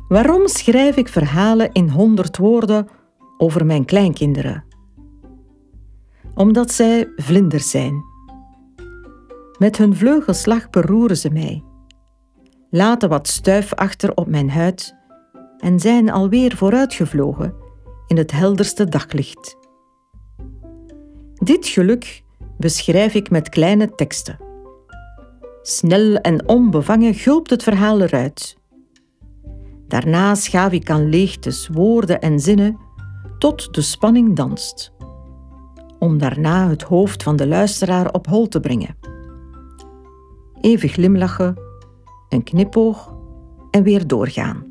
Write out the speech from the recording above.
Waarom schrijf ik verhalen in 100 woorden over mijn kleinkinderen? Omdat zij vlinders zijn. Met hun vleugelslag beroeren ze mij, laten wat stuif achter op mijn huid en zijn alweer vooruitgevlogen in het helderste daglicht. Dit geluk beschrijf ik met kleine teksten. Snel en onbevangen gulpt het verhaal eruit. Daarna schaaf ik aan leegtes, woorden en zinnen tot de spanning danst, om daarna het hoofd van de luisteraar op hol te brengen. Even glimlachen, een knipoog en weer doorgaan.